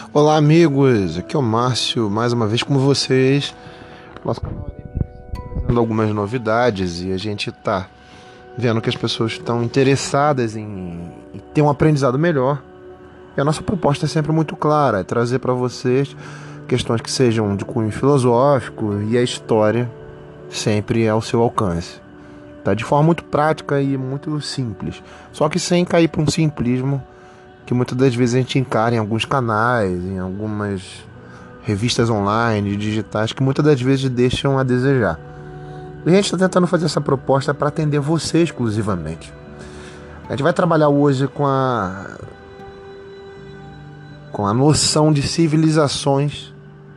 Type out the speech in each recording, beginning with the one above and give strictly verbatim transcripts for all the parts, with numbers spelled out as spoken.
Olá, amigos, aqui é o Márcio, mais uma vez com vocês. Nosso canal trazendo algumas novidades e a gente está vendo que as pessoas estão interessadas em, em ter um aprendizado melhor. E a nossa proposta é sempre muito clara, é trazer para vocês questões que sejam de cunho filosófico e a história sempre é ao seu alcance. Tá? De forma muito prática e muito simples, só que sem cair para um simplismo que muitas das vezes a gente encara em alguns canais, em algumas revistas online, digitais, que muitas das vezes deixam a desejar. E a gente está tentando fazer essa proposta para atender você exclusivamente. A gente vai trabalhar hoje com a, com a noção de civilizações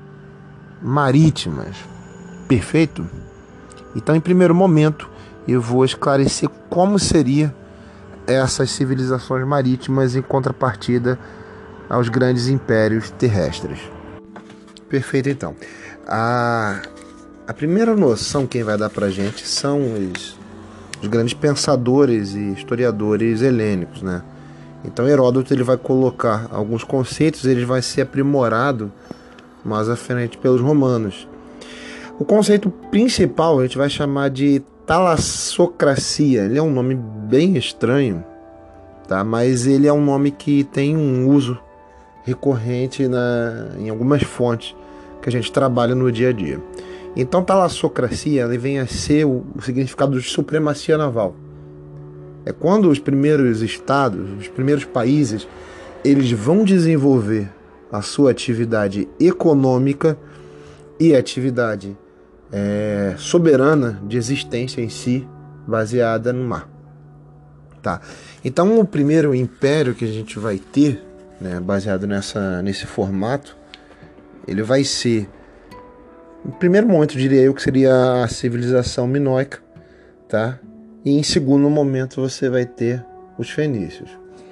marítimas. Perfeito? Então, em primeiro momento, eu vou esclarecer como seria essas civilizações marítimas em contrapartida aos grandes impérios terrestres. Perfeito, então. A, a primeira noção que vai dar para a gente são os, os grandes pensadores e historiadores helênicos, né? Então Heródoto ele vai colocar alguns conceitos, ele vai ser aprimorado mais à frente pelos romanos. O conceito principal a gente vai chamar de talassocracia. Ele é um nome bem estranho, tá? Mas ele é um nome que tem um uso recorrente na, em algumas fontes que a gente trabalha no dia a dia. Então, talassocracia ele vem a ser o, o significado de supremacia naval. É quando os primeiros estados, os primeiros países, eles vão desenvolver a sua atividade econômica e atividade É, soberana de existência em si, baseada no mar. Tá. Então o primeiro império que a gente vai ter, né, baseado nessa, nesse formato, ele vai ser, no primeiro momento diria eu que seria a civilização minoica, tá? E em segundo momento você vai ter os fenícios.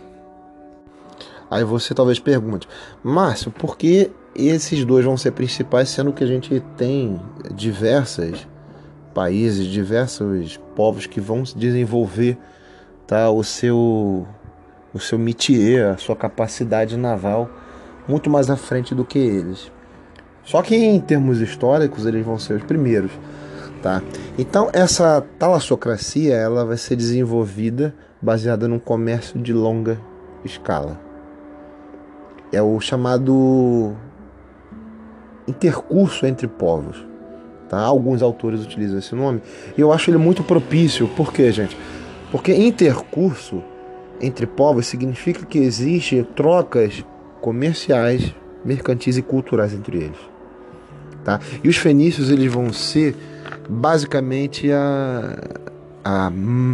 Aí você talvez pergunte, Márcio, por que esses dois vão ser principais, sendo que a gente tem diversos países, diversos povos que vão desenvolver, tá, o seu, o seu métier, a sua capacidade naval muito mais à frente do que eles. Só que em termos históricos eles vão ser os primeiros, tá? Então essa talassocracia ela vai ser desenvolvida baseada num comércio de longa escala. É o chamado intercurso entre povos, tá? Alguns autores utilizam esse nome e eu acho ele muito propício. Por quê, gente? Porque intercurso entre povos significa que existe trocas comerciais, mercantis e culturais entre eles, tá? E os fenícios eles vão ser basicamente a, a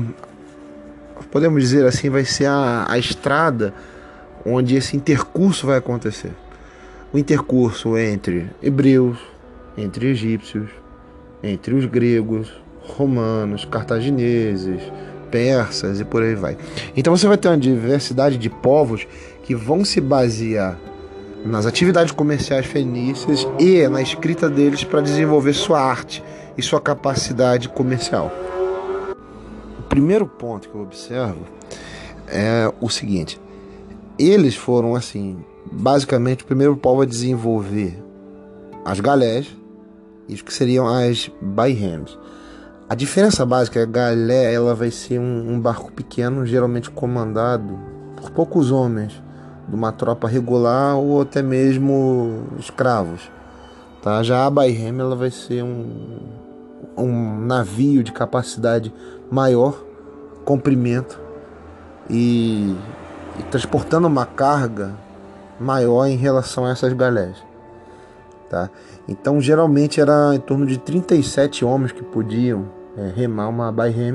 podemos dizer assim, vai ser a, a estrada onde esse intercurso vai acontecer. O intercurso entre hebreus, entre egípcios, entre os gregos, romanos, cartagineses, persas e por aí vai. Então você vai ter uma diversidade de povos que vão se basear nas atividades comerciais fenícias e na escrita deles para desenvolver sua arte e sua capacidade comercial. O primeiro ponto que eu observo é o seguinte: eles foram assim, basicamente, o primeiro povo a desenvolver as galés, isso que seriam as baihemes. A diferença básica é que a galé ela vai ser um, um barco pequeno, geralmente comandado por poucos homens, de uma tropa regular ou até mesmo escravos. Tá? Já a baihem ela vai ser um, um navio de capacidade maior, comprimento e, e transportando uma carga maior em relação a essas galés, tá? Então geralmente era em torno de trinta e sete homens que podiam é, remar uma baihem,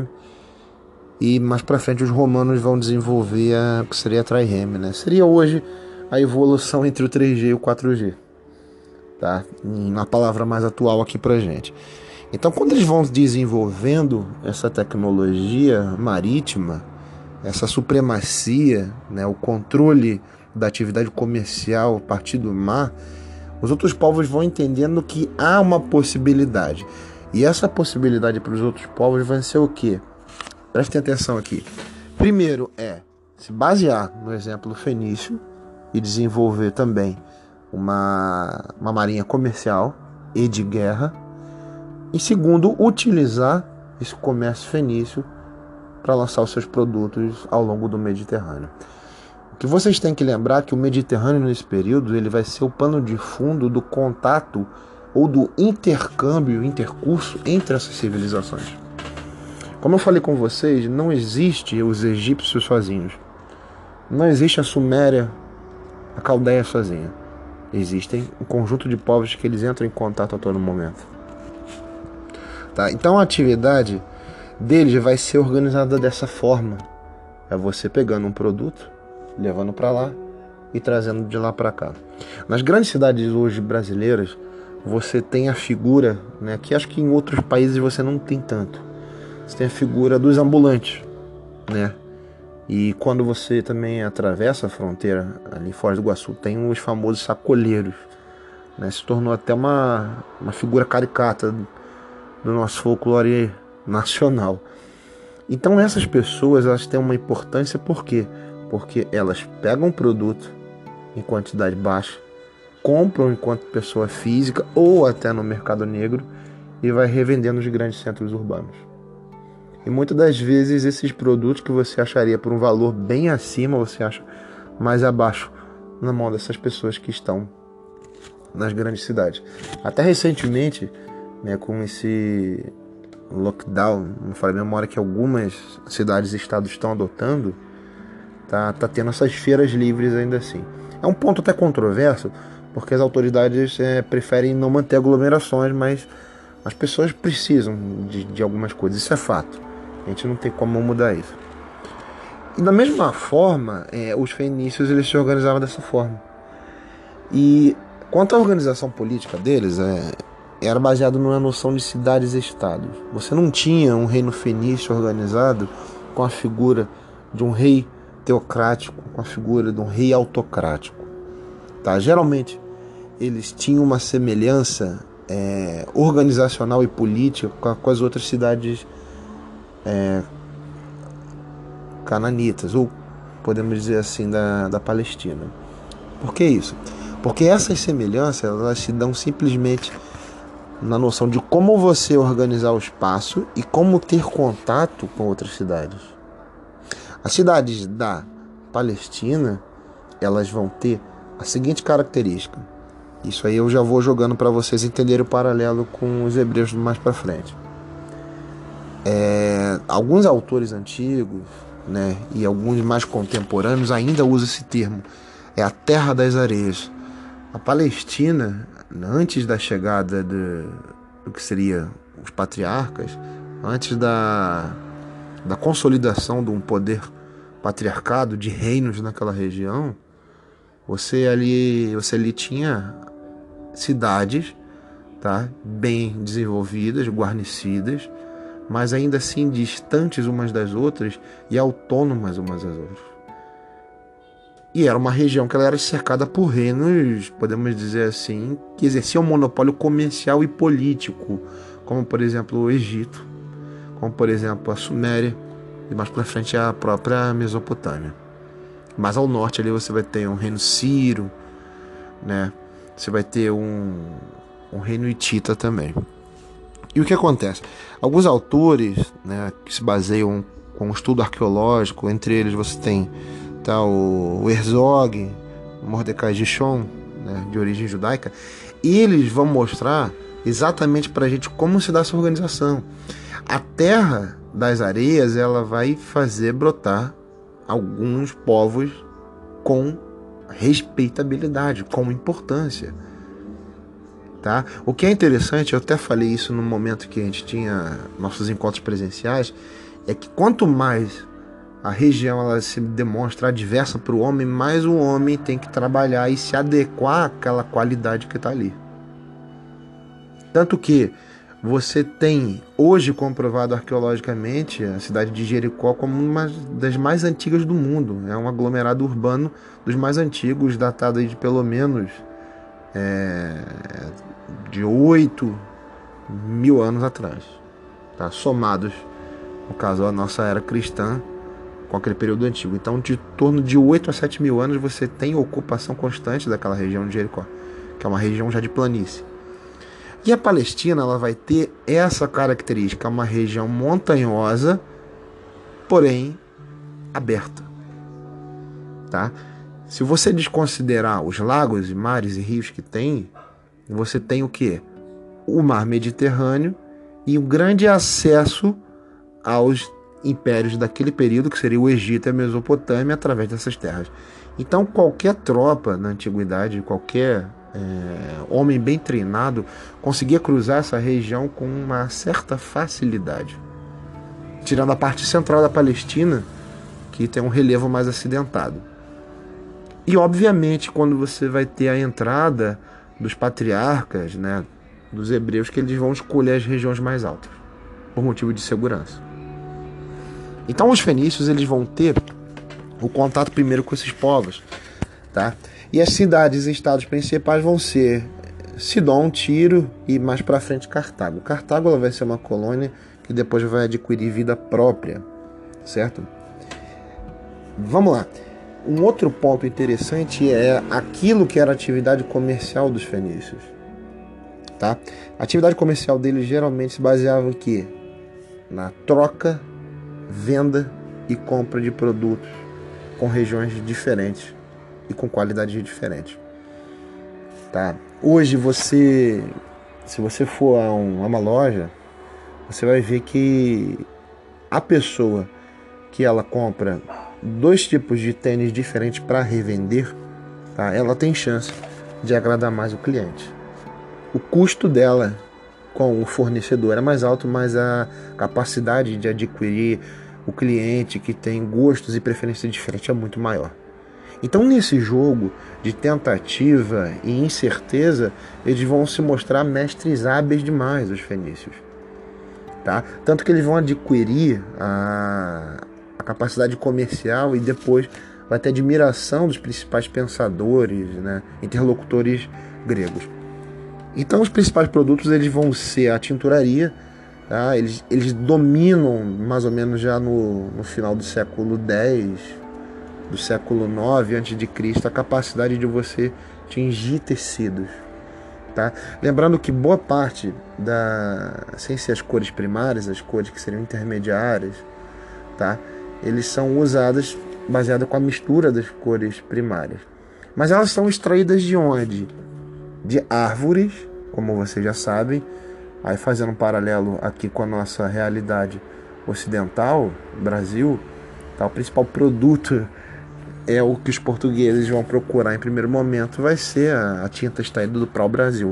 e mais para frente os romanos vão desenvolver a que seria a trireme, né? Seria hoje a evolução entre o três G e o quatro G, tá? Uma palavra mais atual aqui pra gente. Então quando eles vão desenvolvendo essa tecnologia marítima, essa supremacia, né, o controle da atividade comercial a partir do mar, os outros povos vão entendendo que há uma possibilidade. E essa possibilidade para os outros povos vai ser o quê? Prestem atenção aqui. Primeiro é se basear no exemplo fenício e desenvolver também uma, uma marinha comercial e de guerra. E segundo, utilizar esse comércio fenício para lançar os seus produtos ao longo do Mediterrâneo. O que vocês têm que lembrar é que o Mediterrâneo nesse período ele vai ser o pano de fundo do contato ou do intercâmbio, intercurso entre essas civilizações. Como eu falei com vocês, não existe os egípcios sozinhos. Não existe a Suméria, a Caldeia sozinha. Existem um conjunto de povos que eles entram em contato a todo momento. Tá? Então a atividade deles vai ser organizada dessa forma. É você pegando um produto, levando para lá e trazendo de lá para cá. Nas grandes cidades hoje brasileiras, você tem a figura, né, que acho que em outros países você não tem tanto. Você tem a figura dos ambulantes, né? E quando você também atravessa a fronteira, ali em Foz do Iguaçu, tem os famosos sacoleiros, né? Se tornou até uma, uma figura caricata do nosso folclore nacional. Então essas pessoas, elas têm uma importância, por quê? Porque elas pegam um produto em quantidade baixa, compram enquanto pessoa física ou até no mercado negro e vai revendendo nos grandes centros urbanos. E muitas das vezes esses produtos que você acharia por um valor bem acima, você acha mais abaixo na mão dessas pessoas que estão nas grandes cidades. Até recentemente, né, com esse lockdown, não falei a memória que algumas cidades e estados estão adotando, tá, tá tendo essas feiras livres ainda assim. É um ponto até controverso, porque as autoridades é, preferem não manter aglomerações, mas as pessoas precisam de, de algumas coisas, isso é fato. A gente não tem como mudar isso. E da mesma forma, é, os fenícios eles se organizavam dessa forma. E quanto à organização política deles, é, era baseado numa noção de cidades e estados. Você não tinha um reino fenício organizado com a figura de um rei teocrático, com a figura de um rei autocrático. Tá? Geralmente, eles tinham uma semelhança é, organizacional e política com, a, com as outras cidades É, cananitas, ou podemos dizer assim, da, da Palestina. Por que isso? Porque essas semelhanças elas se dão simplesmente na noção de como você organizar o espaço e como ter contato com outras cidades. As cidades da Palestina, elas vão ter a seguinte característica. Isso aí eu já vou jogando para vocês entenderem o paralelo com os hebreus mais para frente. É, alguns autores antigos, né, e alguns mais contemporâneos ainda usam esse termo. É a terra das areias. A Palestina, antes da chegada de, do que seria os patriarcas, antes da, da consolidação de um poder patriarcado de reinos naquela região, você ali, você ali tinha cidades, tá, bem desenvolvidas, guarnecidas, mas ainda assim distantes umas das outras e autônomas umas das outras. E era uma região que ela era cercada por reinos, podemos dizer assim, que exerciam um monopólio comercial e político, como por exemplo o Egito, como por exemplo a Suméria, e mais para frente a própria Mesopotâmia. Mas ao norte ali você vai ter um reino sírio, né? Você vai ter um, um reino hitita também. E o que acontece? Alguns autores, né, que se baseiam com um estudo arqueológico, entre eles você tem tá, o, o Herzog, Mordecai Gichon, né, de origem judaica, e eles vão mostrar exatamente para a gente como se dá essa organização. A terra das areias ela vai fazer brotar alguns povos com respeitabilidade, com importância. Tá? O que é interessante, eu até falei isso no momento que a gente tinha nossos encontros presenciais, é que quanto mais a região ela se demonstra adversa para o homem, mais o homem tem que trabalhar e se adequar àquela qualidade que está ali. Tanto que você tem hoje comprovado arqueologicamente a cidade de Jericó como uma das mais antigas do mundo. É um aglomerado urbano dos mais antigos, datado aí de pelo menos é, de oito mil anos atrás, tá? Somados, no caso, a nossa era cristã com aquele período antigo. Então, de torno de oito a sete mil anos, você tem ocupação constante daquela região de Jericó. que é uma região já de planície. E a Palestina ela vai ter essa característica, uma região montanhosa, porém aberta, tá? Se você desconsiderar os lagos, mares e rios que tem, você tem o quê? O mar Mediterrâneo e um grande acesso aos impérios daquele período, que seria o Egito e a Mesopotâmia, através dessas terras. Então qualquer tropa na antiguidade, qualquer é, homem bem treinado, conseguia cruzar essa região com uma certa facilidade. Tirando a parte central da Palestina, que tem um relevo mais acidentado. E obviamente quando você vai ter a entrada dos patriarcas, né, dos hebreus, que eles vão escolher as regiões mais altas, por motivo de segurança. Então os fenícios eles vão ter o contato primeiro com esses povos, tá? E as cidades e estados principais vão ser Sidom, Tiro e mais para frente Cartago. Cartago ela vai ser uma colônia que depois vai adquirir vida própria, certo? Vamos lá. Um outro ponto interessante é aquilo que era a atividade comercial dos fenícios, tá? A atividade comercial deles geralmente se baseava em quê? Na troca, venda e compra de produtos com regiões diferentes e com qualidades diferentes, tá? Hoje você, se você for a, um, a uma loja, você vai ver que a pessoa que ela compra dois tipos de tênis diferentes para revender, tá? Ela tem chance de agradar mais o cliente. O custo dela com o fornecedor é mais alto, mas a capacidade de adquirir o cliente que tem gostos e preferências diferentes é muito maior. Então nesse jogo de tentativa e incerteza, eles vão se mostrar mestres hábeis demais, os fenícios, tá? Tanto que eles vão adquirir a, a capacidade comercial e depois vai ter admiração dos principais pensadores, né, interlocutores gregos. Então os principais produtos eles vão ser a tinturaria, tá? eles, eles dominam mais ou menos já no, no final do século dez, do século nove antes de Cristo, a capacidade de você tingir tecidos, tá? Lembrando que boa parte da, sem ser as cores primárias, as cores que seriam intermediárias, tá? Eles são usadas baseada com a mistura das cores primárias, mas elas são extraídas de onde? De árvores, como vocês já sabem. Aí fazendo um paralelo aqui com a nossa realidade ocidental, Brasil, tá? O principal produto é o que os portugueses vão procurar em primeiro momento, vai ser a, a tinta extraída do pau-brasil.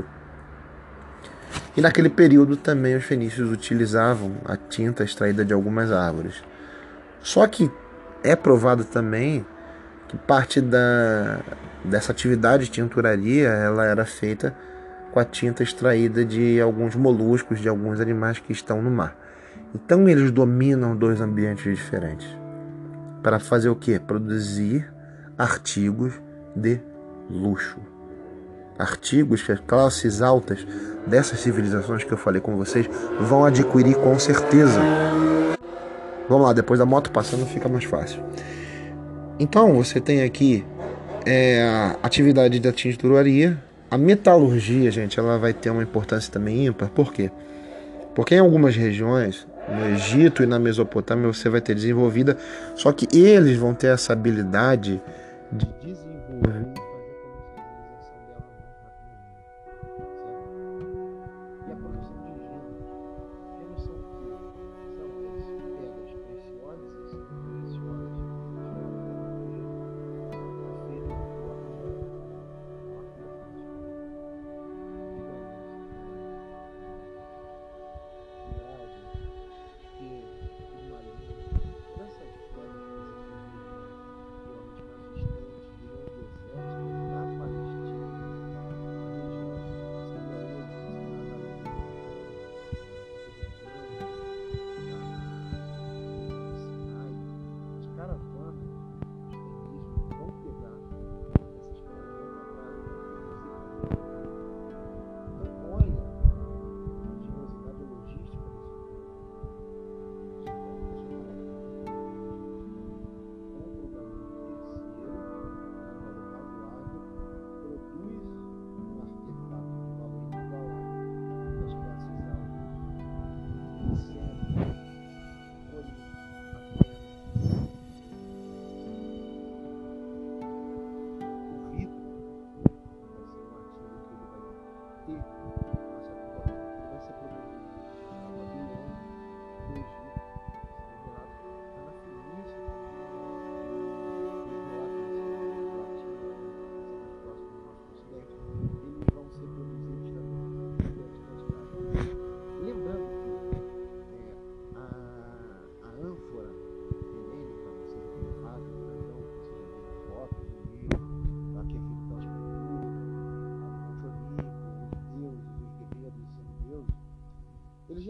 E naquele período também os fenícios utilizavam a tinta extraída de algumas árvores. Só que é provado também que parte da, dessa atividade de tinturaria ela era feita com a tinta extraída de alguns moluscos, de alguns animais que estão no mar. Então eles dominam dois ambientes diferentes. Para fazer o quê? Produzir artigos de luxo. Artigos que as classes altas dessas civilizações que eu falei com vocês vão adquirir com certeza. Vamos lá, depois da moto passando fica mais fácil. Então você tem aqui é, a atividade da tinturaria. A metalurgia, gente, ela vai ter uma importância também ímpar. Por quê? Porque em algumas regiões, no Egito e na Mesopotâmia, você vai ter desenvolvida, só que eles vão ter essa habilidade de desenvolver e fazer a comercialização dela mais rapidamente, certo? E a produção de gemas, gemas são o quê? São as pedras preciosas, e são preciosas, feitas de forma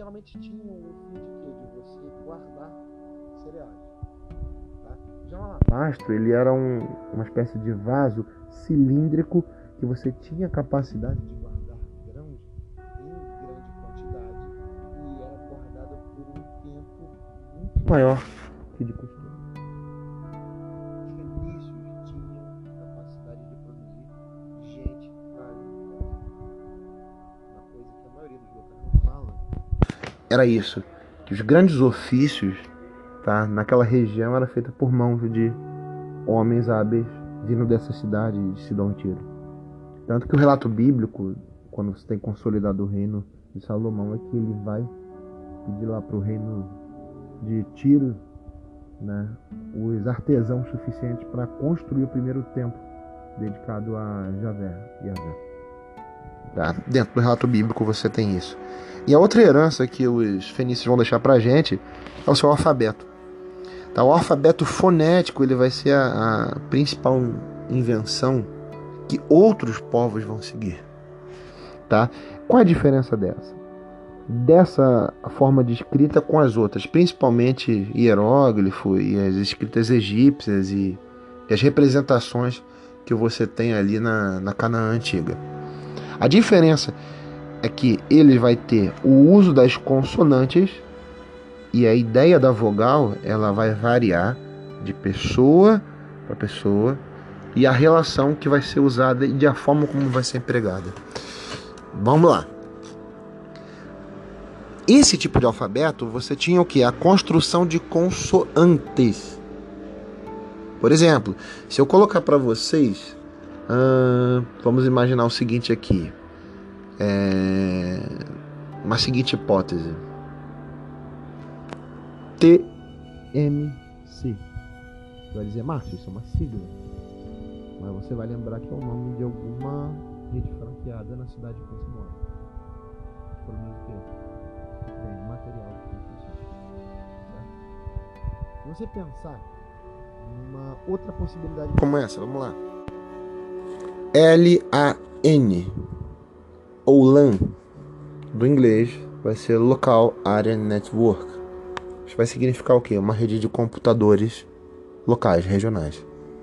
geralmente tinham o fim de quê? De você guardar cereais. Tá? Já o alabastro, ele era um, uma espécie de vaso cilíndrico que você tinha capacidade de guardar grãos em grande quantidade e era guardada por um tempo muito maior que de costume. Os fenícios tinham capacidade de produzir gente para alimentar. Uma coisa que a maioria dos locais não fala era isso, que os grandes ofícios, tá, naquela região era feita por mãos de homens hábeis vindo dessa cidade de Sidom e Tiro. Tanto que o relato bíblico, quando você tem consolidado o reino de Salomão, é que ele vai pedir lá para o reino de Tiro, né, os artesãos suficientes para construir o primeiro templo dedicado a Javé e Yahvé. Tá? Dentro do relato bíblico você tem isso. E a outra herança que os fenícios vão deixar para a gente é o seu alfabeto. Tá? O alfabeto fonético ele vai ser a, a principal invenção que outros povos vão seguir. Tá? Qual a diferença dessa? Dessa forma de escrita com as outras, principalmente hieróglifo e as escritas egípcias e, e as representações que você tem ali na, na Canaã antiga. A diferença é que ele vai ter o uso das consonantes e a ideia da vogal ela vai variar de pessoa para pessoa e a relação que vai ser usada e a forma como vai ser empregada. Vamos lá. Esse tipo de alfabeto, você tinha o que? A construção de consoantes. Por exemplo, se eu colocar para vocês, hum, vamos imaginar o seguinte aqui. É, uma seguinte hipótese. T M C. Você vai dizer, Márcio, isso é uma sigla. Mas você vai lembrar que é o nome de alguma rede franqueada na cidade que você mora. Por meio do quê? Bem, material de construção. Certo? Se você pensar numa outra possibilidade como essa, vamos lá. L A N ou LAN do inglês vai ser Local Area Network. Isso vai significar o quê? Uma rede de computadores locais, regionais.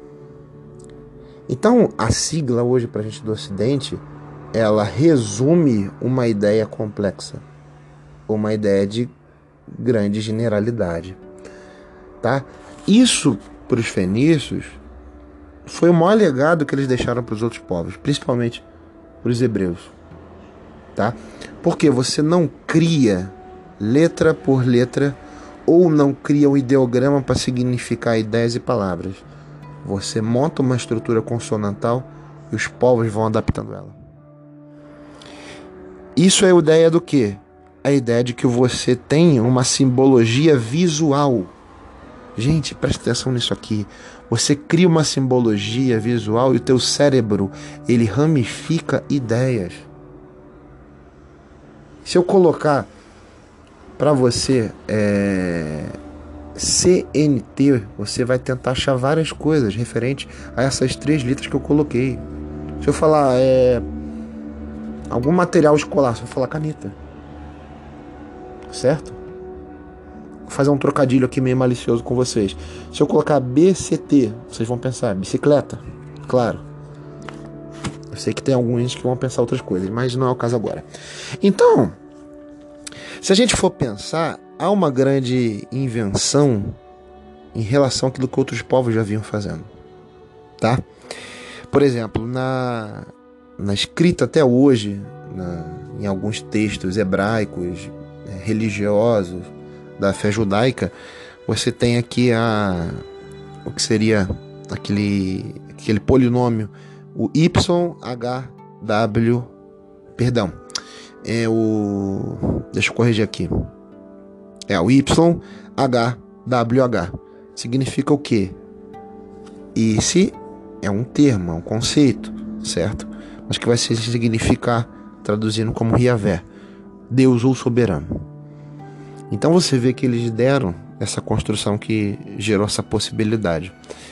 Então, a sigla hoje para a gente do Ocidente, ela resume uma ideia complexa, uma ideia de grande generalidade, tá? Isso para os fenícios foi o maior legado que eles deixaram para os outros povos, principalmente para os hebreus, tá? Porque você não cria letra por letra ou não cria um ideograma para significar ideias e palavras. Você monta uma estrutura consonantal e os povos vão adaptando ela. Isso é a ideia do quê? A ideia de que você tem uma simbologia visual. Gente, presta atenção nisso aqui. Você cria uma simbologia visual e o teu cérebro, ele ramifica ideias. Se eu colocar para você é, C N T, você vai tentar achar várias coisas referentes a essas três letras que eu coloquei. Se eu falar é, algum material escolar, se eu falar caneta, certo? Vou fazer um trocadilho aqui meio malicioso com vocês. Se eu colocar B C T, vocês vão pensar bicicleta, claro. Eu sei que tem alguns que vão pensar outras coisas, mas não é o caso agora. Então, se a gente for pensar, há uma grande invenção em relação àquilo que outros povos já vinham fazendo, tá? Por exemplo, na, na escrita até hoje, na, em alguns textos hebraicos, né, religiosos, da fé judaica, você tem aqui a, o que seria aquele, aquele polinômio, o Y H W, perdão, é o, deixa eu corrigir aqui, é o Y H W H, significa o quê? Esse é um termo, é um conceito, certo? Mas que vai se significar, traduzindo como Yahvé, Deus ou soberano. Então você vê que eles deram essa construção que gerou essa possibilidade.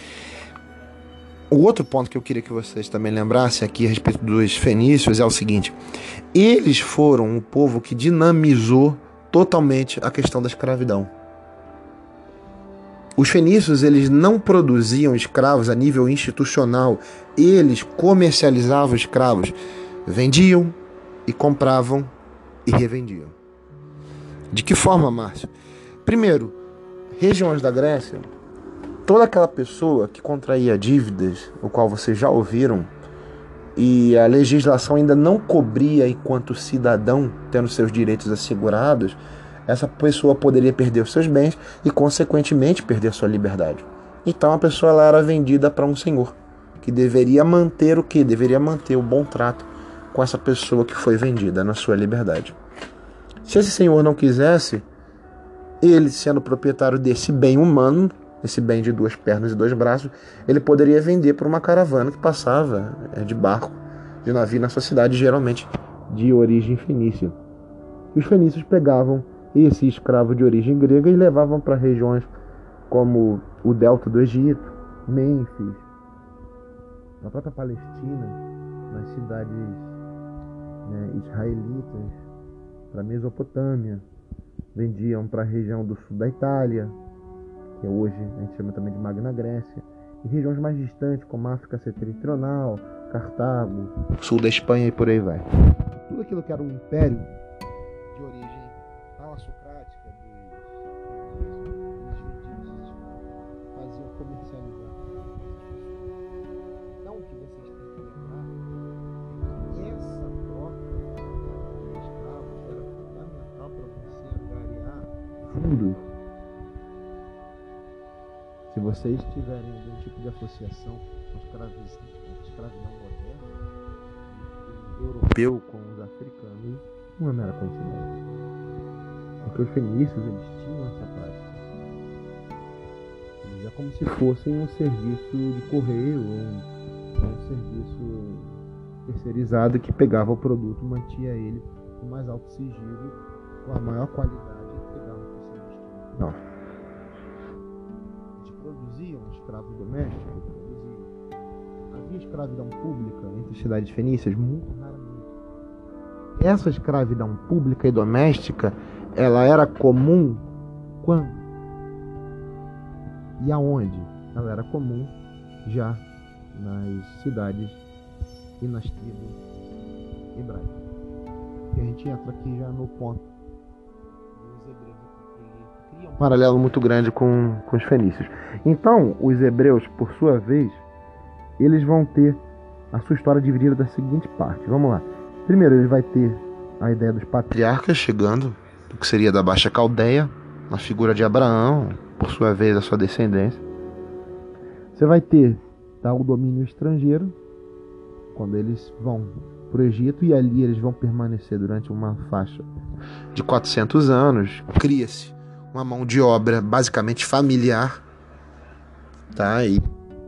O outro ponto que eu queria que vocês também lembrassem aqui a respeito dos fenícios é o seguinte: eles foram o povo que dinamizou totalmente a questão da escravidão. Os fenícios, eles não produziam escravos a nível institucional, eles comercializavam escravos, vendiam e compravam e revendiam. De que forma, Márcio? Primeiro, regiões da Grécia, toda aquela pessoa que contraía dívidas, o qual vocês já ouviram, e a legislação ainda não cobria enquanto cidadão, tendo seus direitos assegurados, essa pessoa poderia perder os seus bens e, consequentemente, perder sua liberdade. Então, a pessoa ela era vendida para um senhor, que deveria manter o quê? Deveria manter o bom trato com essa pessoa que foi vendida na sua liberdade. Se esse senhor não quisesse, ele, sendo proprietário desse bem humano, esse bem de duas pernas e dois braços, ele poderia vender para uma caravana que passava de barco, de navio na sua cidade, geralmente de origem fenícia. Os fenícios pegavam esse escravo de origem grega e levavam para regiões como o delta do Egito, Mênfis, na própria Palestina, nas cidades, né, israelitas, para a Mesopotâmia, vendiam para a região do sul da Itália, que hoje a gente chama também de Magna Grécia, e regiões mais distantes como África Setentrional, Cartago, sul da Espanha e por aí vai. Tudo aquilo que era um império de origem socrática dos faziam comercializar. Então o que vocês têm que lembrar é que essa troca de escravos era fundamental para você angariar fundos. Se vocês tiverem algum tipo de associação com a escravidão moderna, o europeu com os africanos, não é mera coincidência. Porque os fenícios, eles tinham essa prática. Eles é como se fossem um serviço de correio, ou um, um serviço terceirizado que pegava o produto, mantia ele com mais alto sigilo, com a maior qualidade e entregava para o seu destino. Não. Eles produziam escravos domésticos, produziam. Havia escravidão pública entre as cidades fenícias? Muito raramente. Essa escravidão pública e doméstica, ela era comum quando? E aonde? Ela era comum já nas cidades e nas tribos hebraicas. E a gente entra aqui já no ponto dos hebreus, que cria um paralelo muito grande com, com os fenícios. Então, os hebreus, por sua vez, eles vão ter a sua história dividida da seguinte parte. Vamos lá. Primeiro, ele vai ter a ideia dos patriarcas chegando, o que seria da Baixa Caldeia, na figura de Abraão, por sua vez a sua descendência. Você vai ter tá, o domínio estrangeiro, quando eles vão para o Egito, e ali eles vão permanecer durante uma faixa de quatrocentos anos. Cria-se uma mão de obra basicamente familiar, tá? E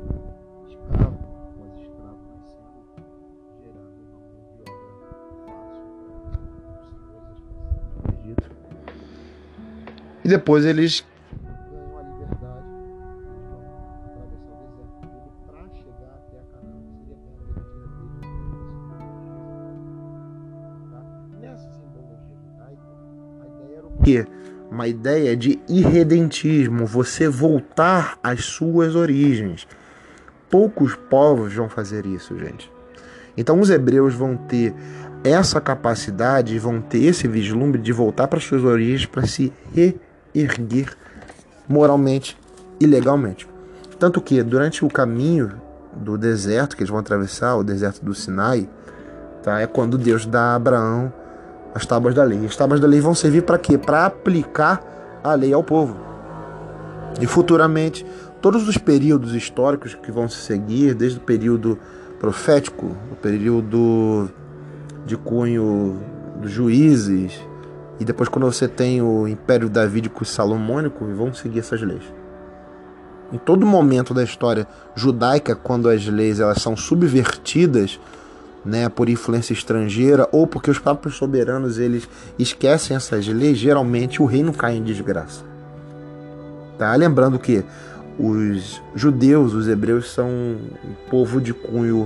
E depois eles ganham a liberdade, eles vão atravessar o deserto todo para chegar até a Canaã, que seria a terra deles. Tá? Nessa simbologia judaica, a ideia era o quê? Uma ideia de irredentismo, você voltar às suas origens. Poucos povos vão fazer isso, gente. Então os hebreus vão ter essa capacidade, vão ter esse vislumbre de voltar para as suas origens para se re erguer moralmente e legalmente. Tanto que durante o caminho do deserto que eles vão atravessar, o deserto do Sinai, tá? É quando Deus dá a Abraão as tábuas da lei. As tábuas da lei vão servir para quê? Para aplicar a lei ao povo. E futuramente, todos os períodos históricos que vão se seguir, desde o período profético, o período de cunho dos juízes, e depois quando você tem o Império Davídico e Salomônico, vão seguir essas leis. Em todo momento da história judaica, quando as leis elas são subvertidas, né, por influência estrangeira, ou porque os próprios soberanos eles esquecem essas leis, geralmente o reino cai em desgraça. Tá? Lembrando que os judeus, os hebreus, são um povo de cunho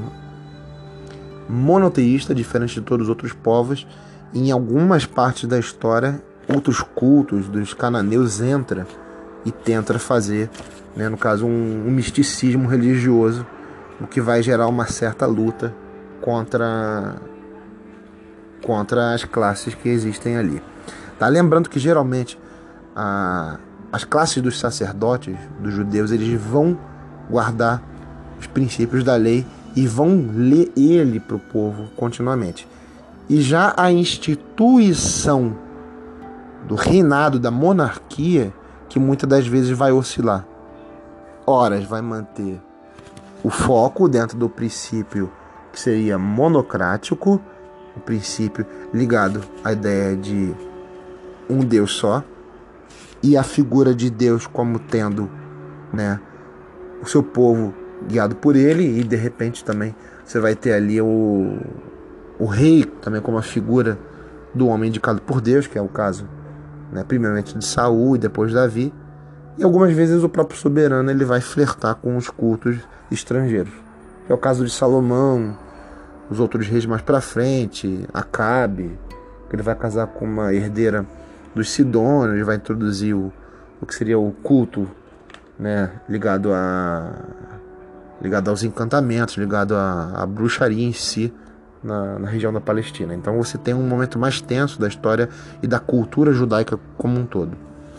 monoteísta, diferente de todos os outros povos. Em algumas partes da história, outros cultos dos cananeus entra e tenta fazer, né, no caso, um, um misticismo religioso, o que vai gerar uma certa luta contra, contra as classes que existem ali. Tá? Lembrando que geralmente a, as classes dos sacerdotes, dos judeus, eles vão guardar os princípios da lei e vão ler ele para o povo continuamente. E já a instituição do reinado, da monarquia, que muitas das vezes vai oscilar. Horas vai manter o foco dentro do princípio que seria monocrático, o princípio ligado à ideia de um Deus só, e a figura de Deus como tendo, né, o seu povo guiado por ele, e de repente também você vai ter ali o, o rei também como a figura do homem indicado por Deus, que é o caso, né, primeiramente de Saul e depois Davi. E algumas vezes o próprio soberano ele vai flertar com os cultos estrangeiros. É o caso de Salomão, os outros reis mais para frente, Acabe, que ele vai casar com uma herdeira dos Sidônios, vai introduzir o, o que seria o culto, né, ligado a ligado aos encantamentos, ligado à, à bruxaria em si na, na região da Palestina. Então você tem um momento mais tenso da história e da cultura judaica como um todo.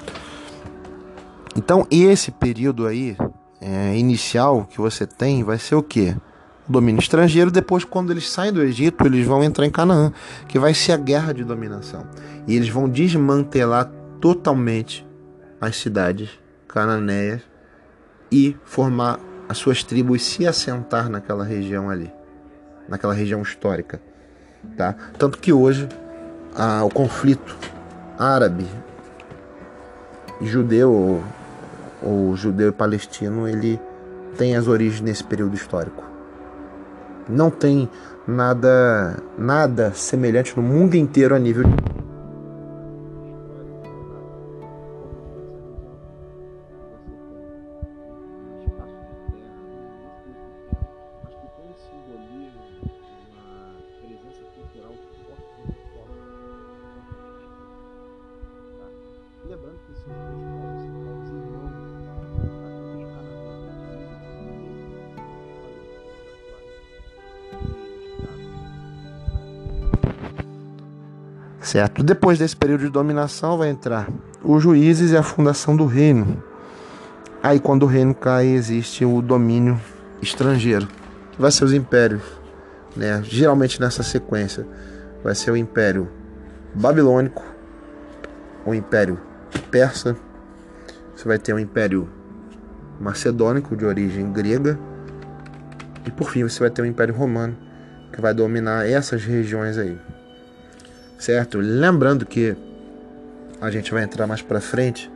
Então esse período aí é, inicial que você tem vai ser o quê? O domínio estrangeiro. Depois, quando eles saem do Egito, eles vão entrar em Canaã, que vai ser a guerra de dominação. E eles vão desmantelar totalmente as cidades cananeias e formar as suas tribos, se assentar naquela região ali, naquela região histórica, tá? Tanto que hoje a, o conflito árabe e judeu, ou, ou judeu e palestino, ele tem as origens nesse período histórico. Não tem nada, nada semelhante no mundo inteiro a nível de... Lembrando que esses dois povos são povos irmãos, tanto os cananeus, certo? Depois desse período de dominação vai entrar os juízes e a fundação do reino. Aí quando o reino cai, existe o domínio estrangeiro, que vai ser os impérios, né? Geralmente nessa sequência vai ser o império babilônico, o império persa, você vai ter o império macedônico de origem grega, e por fim você vai ter o império romano, que vai dominar essas regiões aí, certo? Lembrando que a gente vai entrar mais para frente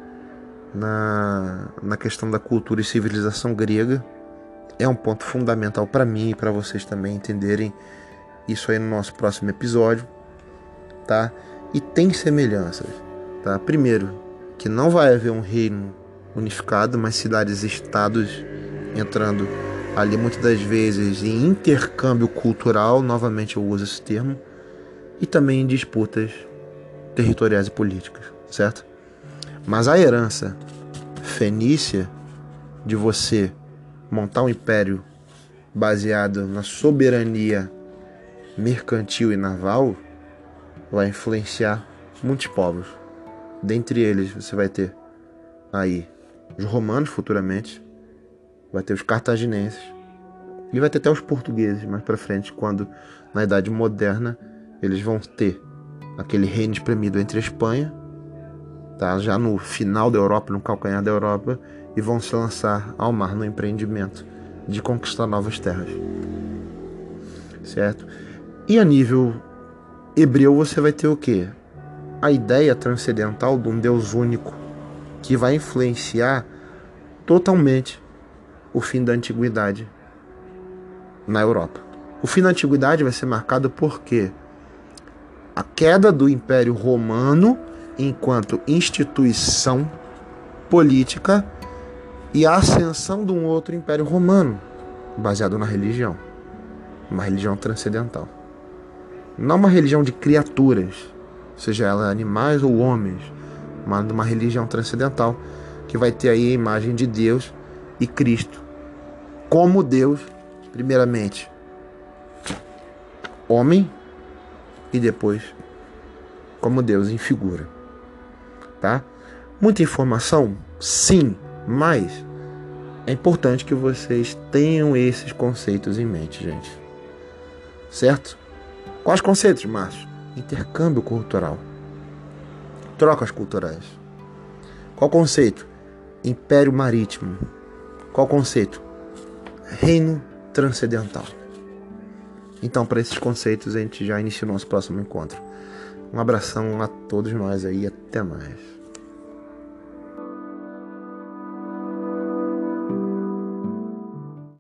na, na questão da cultura e civilização grega. É um ponto fundamental para mim e para vocês também entenderem isso aí no nosso próximo episódio, tá? E tem semelhanças, tá? Primeiro, que não vai haver um reino unificado, mas cidades-estados entrando ali muitas das vezes em intercâmbio cultural, novamente eu uso esse termo, e também em disputas territoriais e políticas, certo? Mas a herança fenícia de você montar um império baseado na soberania mercantil e naval vai influenciar muitos povos. Dentre eles você vai ter aí os romanos futuramente, vai ter os cartaginenses e vai ter até os portugueses mais para frente, quando na Idade Moderna eles vão ter aquele reino espremido entre a Espanha, tá, já no final da Europa, no calcanhar da Europa, e vão se lançar ao mar no empreendimento de conquistar novas terras, certo? E a nível hebreu você vai ter o quê? A ideia transcendental de um Deus único, que vai influenciar totalmente o fim da antiguidade na Europa. O fim da antiguidade vai ser marcado por quê? A queda do Império Romano enquanto instituição política e a ascensão de um outro Império Romano baseado na religião, uma religião transcendental, não uma religião de criaturas, seja ela animais ou homens, uma, uma religião transcendental, que vai ter aí a imagem de Deus e Cristo como Deus, primeiramente homem, e depois como Deus em figura, tá? Muita informação, sim, mas é importante que vocês tenham esses conceitos em mente, gente. Certo? Quais conceitos, Márcio? Intercâmbio cultural, trocas culturais. Qual conceito? Império marítimo. Qual conceito? Reino transcendental. Então, para esses conceitos, a gente já inicia o nosso próximo encontro. Um abração a todos nós aí, até mais.